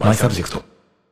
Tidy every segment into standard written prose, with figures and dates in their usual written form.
マイサブジェクト。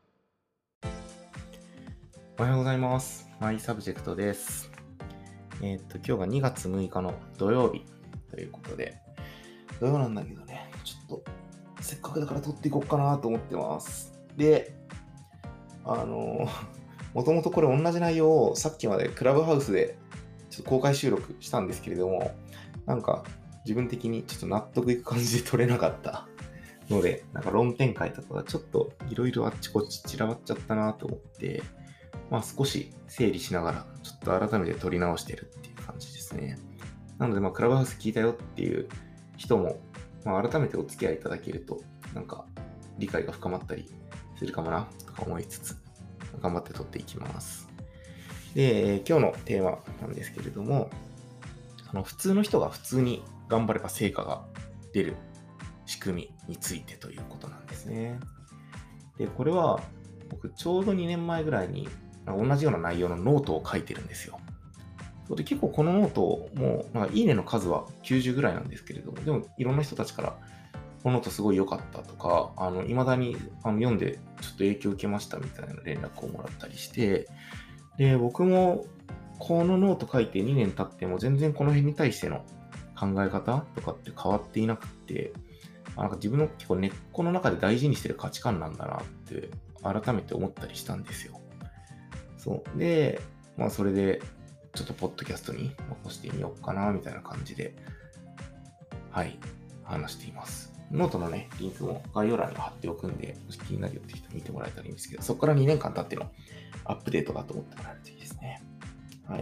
おはようございます。マイサブジェクトです。今日が2月6日の土曜日ということで、土曜なんだけどね、ちょっとせっかくだから撮っていこうかなと思ってます。で、もともとこれ同じ内容をさっきまでクラブハウスでちょっと公開収録したんですけれども、なんか自分的にちょっと納得いく感じで撮れなかったので、なんか論点会とかがちょっといろいろあっちこっち散らばっちゃったなと思って、少し整理しながら、ちょっと改めて撮り直してるっていう感じですね。なので、クラブハウス聞いたよっていう人も、改めてお付き合いいただけると、なんか理解が深まったりするかもなとか思いつつ、頑張って撮っていきます。で、今日のテーマなんですけれども、普通の人が普通に頑張れば成果が出る仕組みについてということなんですね。で、これは僕ちょうど2年前ぐらいに同じような内容のノートを書いてるんですよ。で結構このノートも、いいねの数は90ぐらいなんですけれども、でもいろんな人たちから、このノートすごい良かったとか、未だに読んでちょっと影響を受けましたみたいな連絡をもらったりして、で、僕もこのノート書いて2年経っても全然この辺に対しての考え方とかって変わっていなくって、なんか自分の結構根っこの中で大事にしてる価値観なんだなって改めて思ったりしたんですよ。そう。で、それでちょっとポッドキャストに残してみようかなみたいな感じで、はい、話しています。ノートのね、リンクも概要欄に貼っておくんで、もし気になるよって人見てもらえたらいいんですけど、そこから2年間経ってのアップデートだと思ってもらえるといいですね。はい。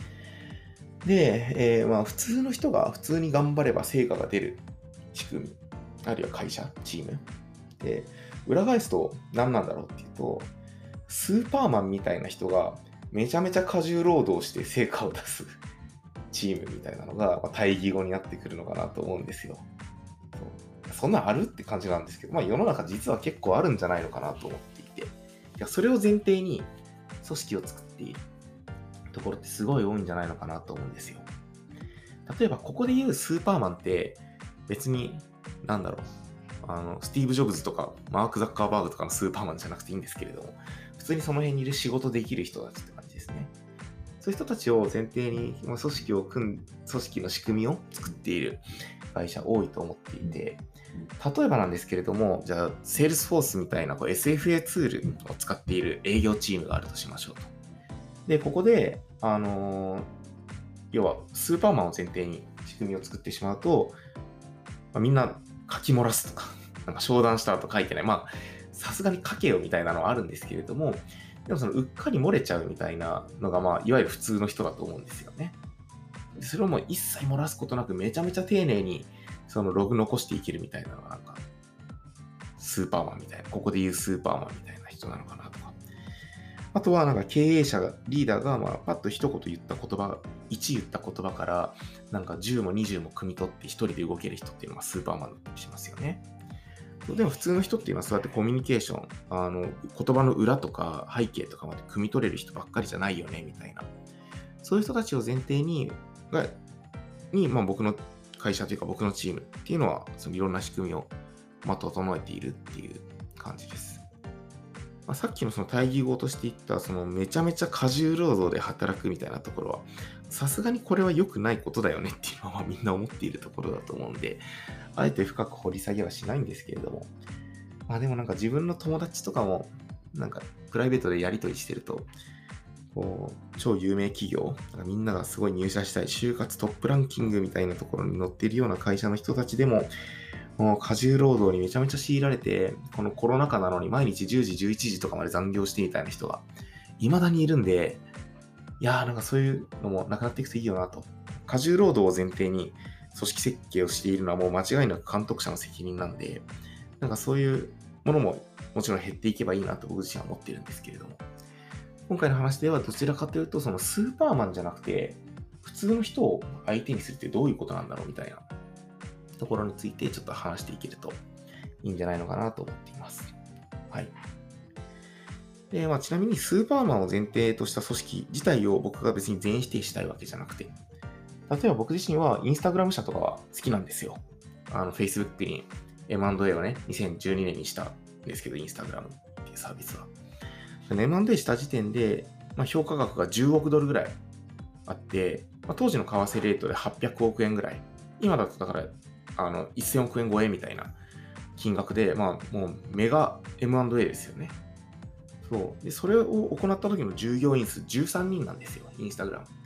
で、普通の人が普通に頑張れば成果が出る仕組み、あるいは会社、チーム。で、裏返すと何なんだろうっていうと、スーパーマンみたいな人がめちゃめちゃ過重労働して成果を出すチームみたいなのが対義語になってくるのかなと思うんですよ。そんなんあるって感じなんですけど、世の中実は結構あるんじゃないのかなと思っていて、それを前提に組織を作っているところってすごい多いんじゃないのかなと思うんですよ。例えばここで言うスーパーマンって別にスティーブ・ジョブズとかマーク・ザッカーバーグとかのスーパーマンじゃなくていいんですけれども、普通にその辺にいる仕事できる人たちって感じですね。そういう人たちを前提に組織の仕組みを作っている会社多いと思っていて、例えばなんですけれども、じゃあ、セールスフォースみたいなSFA ツールを使っている営業チームがあるとしましょうと。で、ここで、要はスーパーマンを前提に仕組みを作ってしまうと、みんな書き漏らすとか、商談した後書いてない。さすがに書けよみたいなのはあるんですけれども、でもうっかり漏れちゃうみたいなのが、いわゆる普通の人だと思うんですよね。それをもう一切漏らすことなくめちゃめちゃ丁寧にそのログ残していけるみたいなのがスーパーマンみたいな、ここで言うスーパーマンみたいな人なのかなとか。あとは経営者が、リーダーがパッと一言言った言葉、1言った言葉から10も20も汲み取って一人で動ける人っていうのがスーパーマンだったりしますよね。でも普通の人っていうのはそうやってコミュニケーション、言葉の裏とか背景とかまで汲み取れる人ばっかりじゃないよねみたいな。そういう人たちを前提に僕の会社というか僕のチームっていうのはそのいろんな仕組みを整えているっていう感じです。さっきのその対義語として言ったそのめちゃめちゃ過重労働で働くみたいなところはさすがにこれは良くないことだよねっていうのはみんな思っているところだと思うんで、あえて深く掘り下げはしないんですけれども、でも自分の友達とかもプライベートでやり取りしてると超有名企業、みんながすごい入社したい就活トップランキングみたいなところに載っているような会社の人たちでももう過重労働にめちゃめちゃ強いられて、このコロナ禍なのに毎日10時、11時とかまで残業してみたいな人が未だにいるんで、そういうのもなくなっていくといいよなと。過重労働を前提に組織設計をしているのはもう間違いなく監督者の責任なんで、そういうものももちろん減っていけばいいなと僕自身は思っているんですけれども、今回の話ではどちらかというとそのスーパーマンじゃなくて普通の人を相手にするってどういうことなんだろうみたいなところについてちょっと話していけるといいんじゃないのかなと思っています。はい。で、ちなみにスーパーマンを前提とした組織自体を僕が別に全否定したいわけじゃなくて、例えば僕自身はインスタグラム社とかは好きなんですよ。Facebook に M&A をね、2012年にしたですけど、インスタグラムっていうサービスは。M&A した時点で、評価額が10億ドルぐらいあって、当時の為替レートで800億円ぐらい。今だとだから、1000億円超えみたいな金額で、もうメガ M&A ですよね。そう。で、それを行った時の従業員数13人なんですよ、インスタグラムって。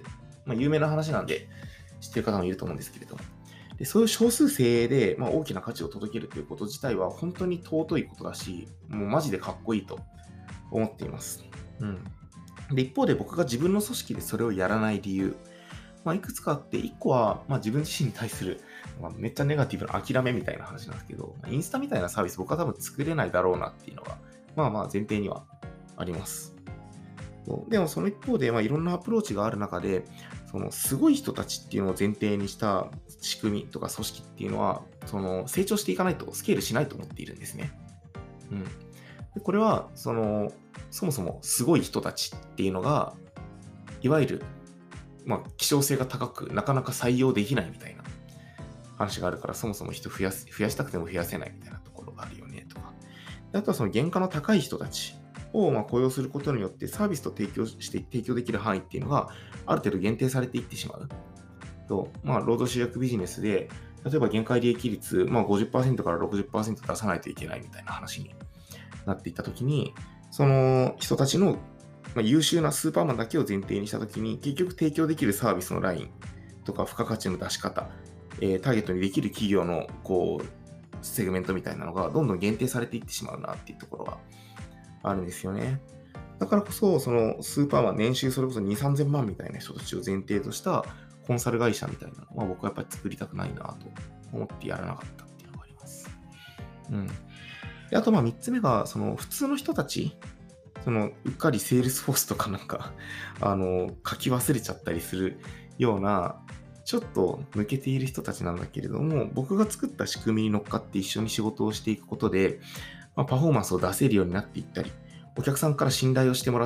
有名な話なんで、知ってる方もいると思うんですけれども。で、そういう少数精鋭で、大きな価値を届けるということ自体は本当に尊いことだし、もうマジでかっこいいと思っています。で、一方で僕が自分の組織でそれをやらない理由、いくつかあって、一個は、自分自身に対する、めっちゃネガティブな諦めみたいな話なんですけど、インスタみたいなサービス僕は多分作れないだろうなっていうのが、前提にはあります。でもその一方で、いろんなアプローチがある中で、そのすごい人たちっていうのを前提にした仕組みとか組織っていうのは、成長していかないとスケールしないと思っているんですね。でこれは、そもそもすごい人たちっていうのが、いわゆる、希少性が高く、なかなか採用できないみたいな話があるから、そもそも人増やしたくても増やせないみたいなところがあるよね、とか。あとはその原価の高い人たちを雇用することによってサービスと提供できる範囲っていうのがある程度限定されていってしまう。と、労働集約ビジネスで、例えば限界利益率、50% から 60% 出さないといけないみたいな話になっていったときに、その人たちの優秀なスーパーマンだけを前提にしたときに、結局提供できるサービスのラインとか付加価値の出し方、ターゲットにできる企業のセグメントみたいなのがどんどん限定されていってしまうなっていうところがあるんですよね。だからこそ、そのスーパーマン年収それこそ2、3000万みたいな人たちを前提としたコンサル会社みたいなのは僕はやっぱり作りたくないなと思ってやらなかったっていうのがあります。であと3つ目が、その普通の人たち、うっかりセールスフォースとか書き忘れちゃったりするような、ちょっと抜けている人たちなんだけれども、僕が作った仕組みに乗っかって一緒に仕事をしていくことで、パフォーマンスを出せるようになっていったり、お客さんから信頼をしてもらって、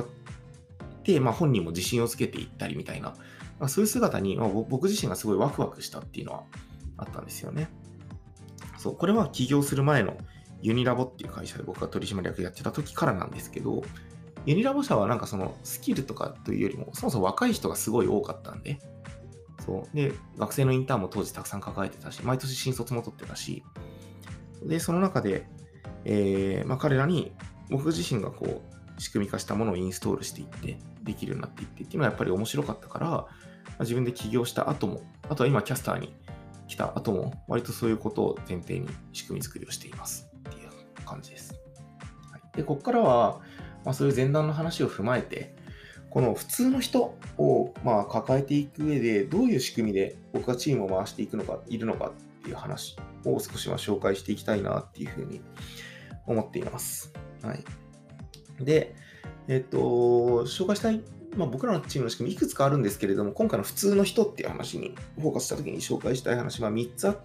本人も自信をつけていったりみたいな、そういう姿に、僕自身がすごいワクワクしたっていうのはあったんですよね。そう、これは起業する前のユニラボっていう会社で僕が取締役やってた時からなんですけど、ユニラボ社はスキルとかというよりも、そもそも若い人がすごい多かったんで、で、学生のインターンも当時たくさん抱えてたし、毎年新卒も取ってたし、で、その中で、彼らに僕自身が仕組み化したものをインストールしていって、できるようになっていってっていうのはやっぱり面白かったから、自分で起業した後も、あとは今キャスターに来た後も、割とそういうことを前提に仕組み作りをしていますっていう感じです。で、ここからは、そういう前段の話を踏まえて、この普通の人を抱えていく上で、どういう仕組みで僕がチームを回しているのかっていう話を少し紹介していきたいなっていうふうに思っています。はい。で、紹介したい、僕らのチームの仕組みいくつかあるんですけれども、今回の普通の人っていう話にフォーカスしたときに紹介したい話は3つあって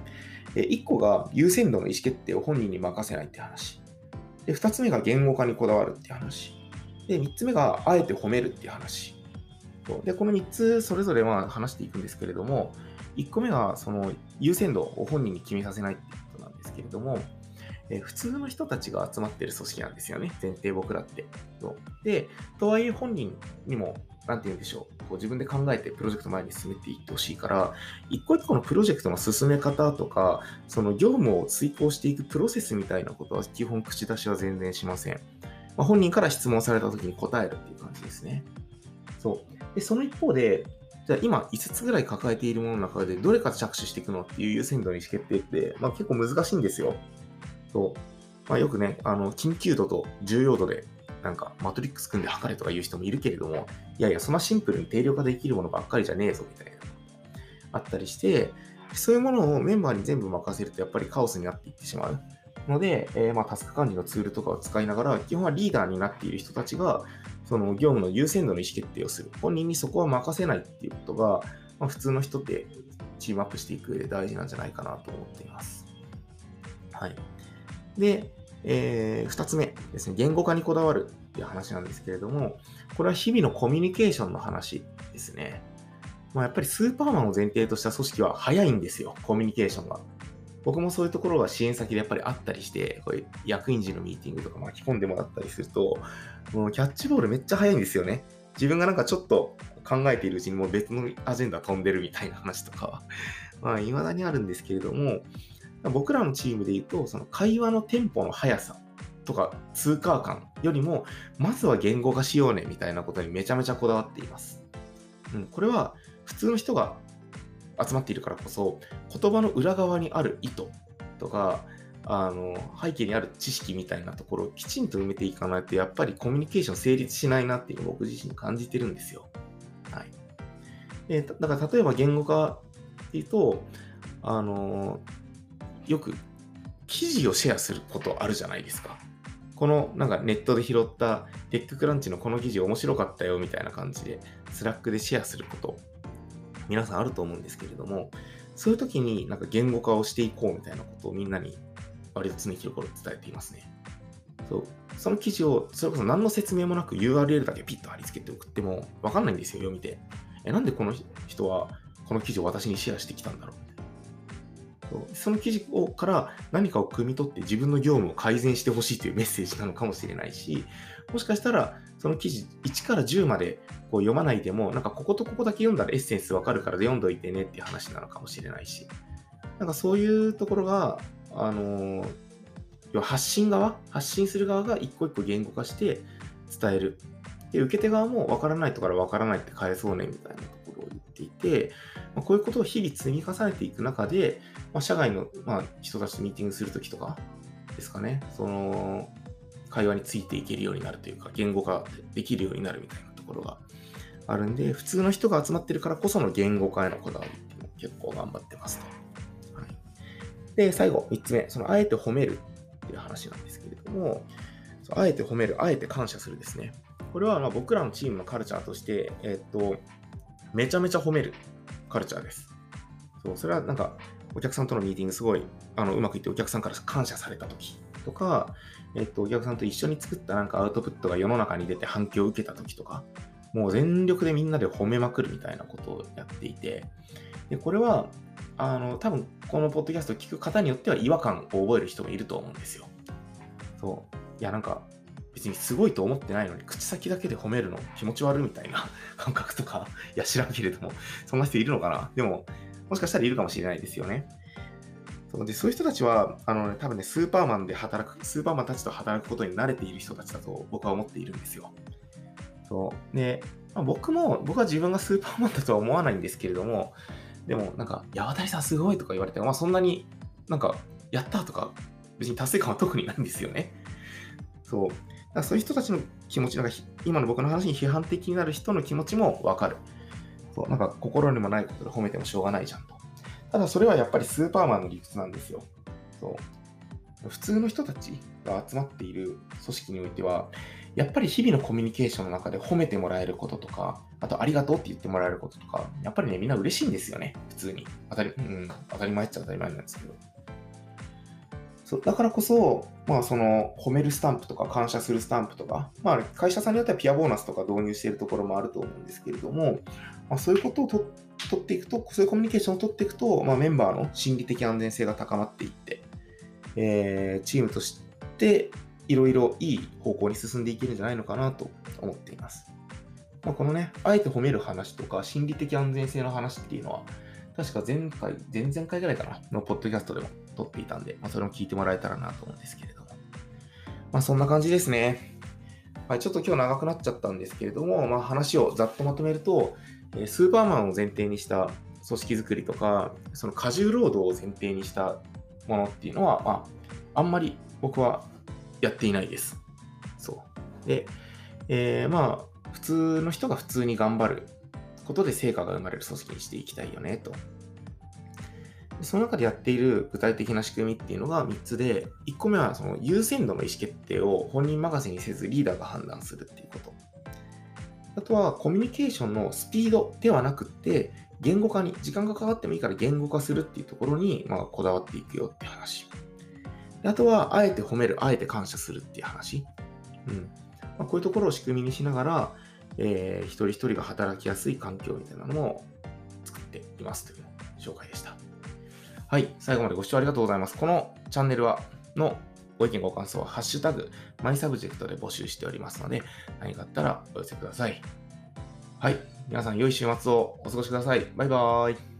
、1個が優先度の意思決定を本人に任せないっていう話。で、2つ目が言語化にこだわるっていう話。で、3つ目があえて褒めるっていう話。で、この3つそれぞれ話していくんですけれども、1個目がその優先度を本人に決めさせないっていうことなんですけれども、普通の人たちが集まっている組織なんですよね、前提僕らって。で、とはいえ本人にも、なんて言うんでしょう、自分で考えてプロジェクト前に進めていってほしいから、一個一個のプロジェクトの進め方とか、その業務を遂行していくプロセスみたいなことは基本口出しは全然しません。本人から質問された時に答えるっていう感じですね。で、その一方で、じゃあ今5つぐらい抱えているものの中でどれから着手していくのっていう優先度の意思決定って、結構難しいんですよ。よくね、緊急度と重要度で、マトリックス組んで測れとか言う人もいるけれども、いやいや、そんなシンプルに定量化できるものばっかりじゃねえぞ、みたいな。あったりして、そういうものをメンバーに全部任せるとやっぱりカオスになっていってしまうので、タスク管理のツールとかを使いながら、基本はリーダーになっている人たちが、その業務の優先度の意思決定をする。本人にそこは任せないっていうことが、普通の人ってチームアップしていく上で大事なんじゃないかなと思っています。はい。で、2つ目ですね、言語化にこだわるっていう話なんですけれども、これは日々のコミュニケーションの話ですね。やっぱりスーパーマンを前提とした組織は早いんですよ、コミュニケーションが。 僕もそういうところは支援先でやっぱりあったりして、こういう役員陣のミーティングとか巻き込んでもらったりすると、もうキャッチボールめっちゃ早いんですよね。自分がなんかちょっと考えているうちにもう別のアジェンダ飛んでるみたいな話とかは、未だにあるんですけれども、僕らのチームで言うと、その会話のテンポの速さとか通過感よりも、まずは言語化しようねみたいなことにめちゃめちゃこだわっています。これは普通の人が集まっているからこそ、言葉の裏側にある意図とか、背景にある知識みたいなところをきちんと埋めていかないと、やっぱりコミュニケーション成立しないなっていうのを僕自身感じてるんですよ。はい。だから例えば言語化っていうと、よく記事をシェアすることあるじゃないですか。このなんかネットで拾ったテッククランチのこの記事面白かったよみたいな感じで、スラックでシェアすること、皆さんあると思うんですけれども、そういう時になんか言語化をしていこうみたいなことをみんなに割と常日頃伝えていますね。その記事をそれこそ何の説明もなく URL だけピッと貼り付けて送ってもわかんないんですよ、読みて。なんでこの人はこの記事を私にシェアしてきたんだろう。その記事から何かを汲み取って自分の業務を改善してほしいというメッセージなのかもしれないし、もしかしたらその記事1から10までこう読まないでも、なんかこことここだけ読んだらエッセンスわかるから読んどいてねっていう話なのかもしれないし、なんかそういうところが、要は発信する側が一個一個言語化して伝える。で、受け手側もわからないところわからないって返そうねみたいなところを言っていて、こういうことを日々積み重ねていく中で、社外の、人たちとミーティングするときとかですかね、その会話についていけるようになるというか、言語化できるようになるみたいなところがあるんで、普通の人が集まってるからこその言語化へのこだわりっていうのを結構頑張ってますと。はい、で、最後、3つ目、あえて褒めるっていう話なんですけれども、あえて褒める、あえて感謝するですね。これは僕らのチームのカルチャーとして、めちゃめちゃ褒めるカルチャーです。それはなんか、お客さんとのミーティングすごいうまくいってお客さんから感謝されたときとか、お客さんと一緒に作ったなんかアウトプットが世の中に出て反響を受けたときとか、もう全力でみんなで褒めまくるみたいなことをやっていて、でこれは、多分このポッドキャストを聞く方によっては違和感を覚える人もいると思うんですよ。いやなんか、別にすごいと思ってないのに、口先だけで褒めるの気持ち悪いみたいな感覚とか、いや知らんけれども、そんな人いるのかな。でも、もしかしたらいるかもしれないですよね。そういう人たちは、多分ね、スーパーマンたちと働くことに慣れている人たちだと僕は思っているんですよ。で、僕は自分がスーパーマンだとは思わないんですけれども、でもなんか、渡さんすごいとか言われて、そんなになんか、やったとか、別に達成感は特にないんですよね。だからそういう人たちの気持ち、なんか今の僕の話に批判的になる人の気持ちもわかる。なんか心にもないことで褒めてもしょうがないじゃんと。ただそれはやっぱりスーパーマンの理屈なんですよ。普通の人たちが集まっている組織においては、やっぱり日々のコミュニケーションの中で褒めてもらえることとか、あとありがとうって言ってもらえることとか、やっぱりね、みんな嬉しいんですよね、普通に。当たり前っちゃ当たり前なんですけど。だからこそ、その褒めるスタンプとか感謝するスタンプとか、会社さんによってはピアボーナスとか導入しているところもあると思うんですけれども、そういうことを取っていくと、そういうコミュニケーションを取っていくと、メンバーの心理的安全性が高まっていって、チームとしていろいろいい方向に進んでいけるんじゃないのかなと思っています。このね、あえて褒める話とか心理的安全性の話っていうのは、確か前々回ぐらいかなのポッドキャストでも撮っていたんで、それも聞いてもらえたらなと思うんですけれども。そんな感じですね。ちょっと今日長くなっちゃったんですけれども、話をざっとまとめると、スーパーマンを前提にした組織づくりとか、その過重労働を前提にしたものっていうのは、あんまり僕はやっていないです。で、普通の人が普通に頑張ることで成果が生まれる組織にしていきたいよねと。その中でやっている具体的な仕組みっていうのが3つで、1個目はその優先度の意思決定を本人任せにせずリーダーが判断するっていうこと。あとはコミュニケーションのスピードではなくって、言語化に、時間がかかってもいいから言語化するっていうところに、こだわっていくよって話。あとは、あえて褒める、あえて感謝するっていう話。こういうところを仕組みにしながら、一人一人が働きやすい環境みたいなのも作っていますという紹介でした。 はい、最後までご視聴ありがとうございます。このチャンネルのご意見ご感想は、ハッシュタグ、マイサブジェクトで募集しておりますので、何かあったらお寄せください。はい、皆さん良い週末をお過ごしください。バイバーイ。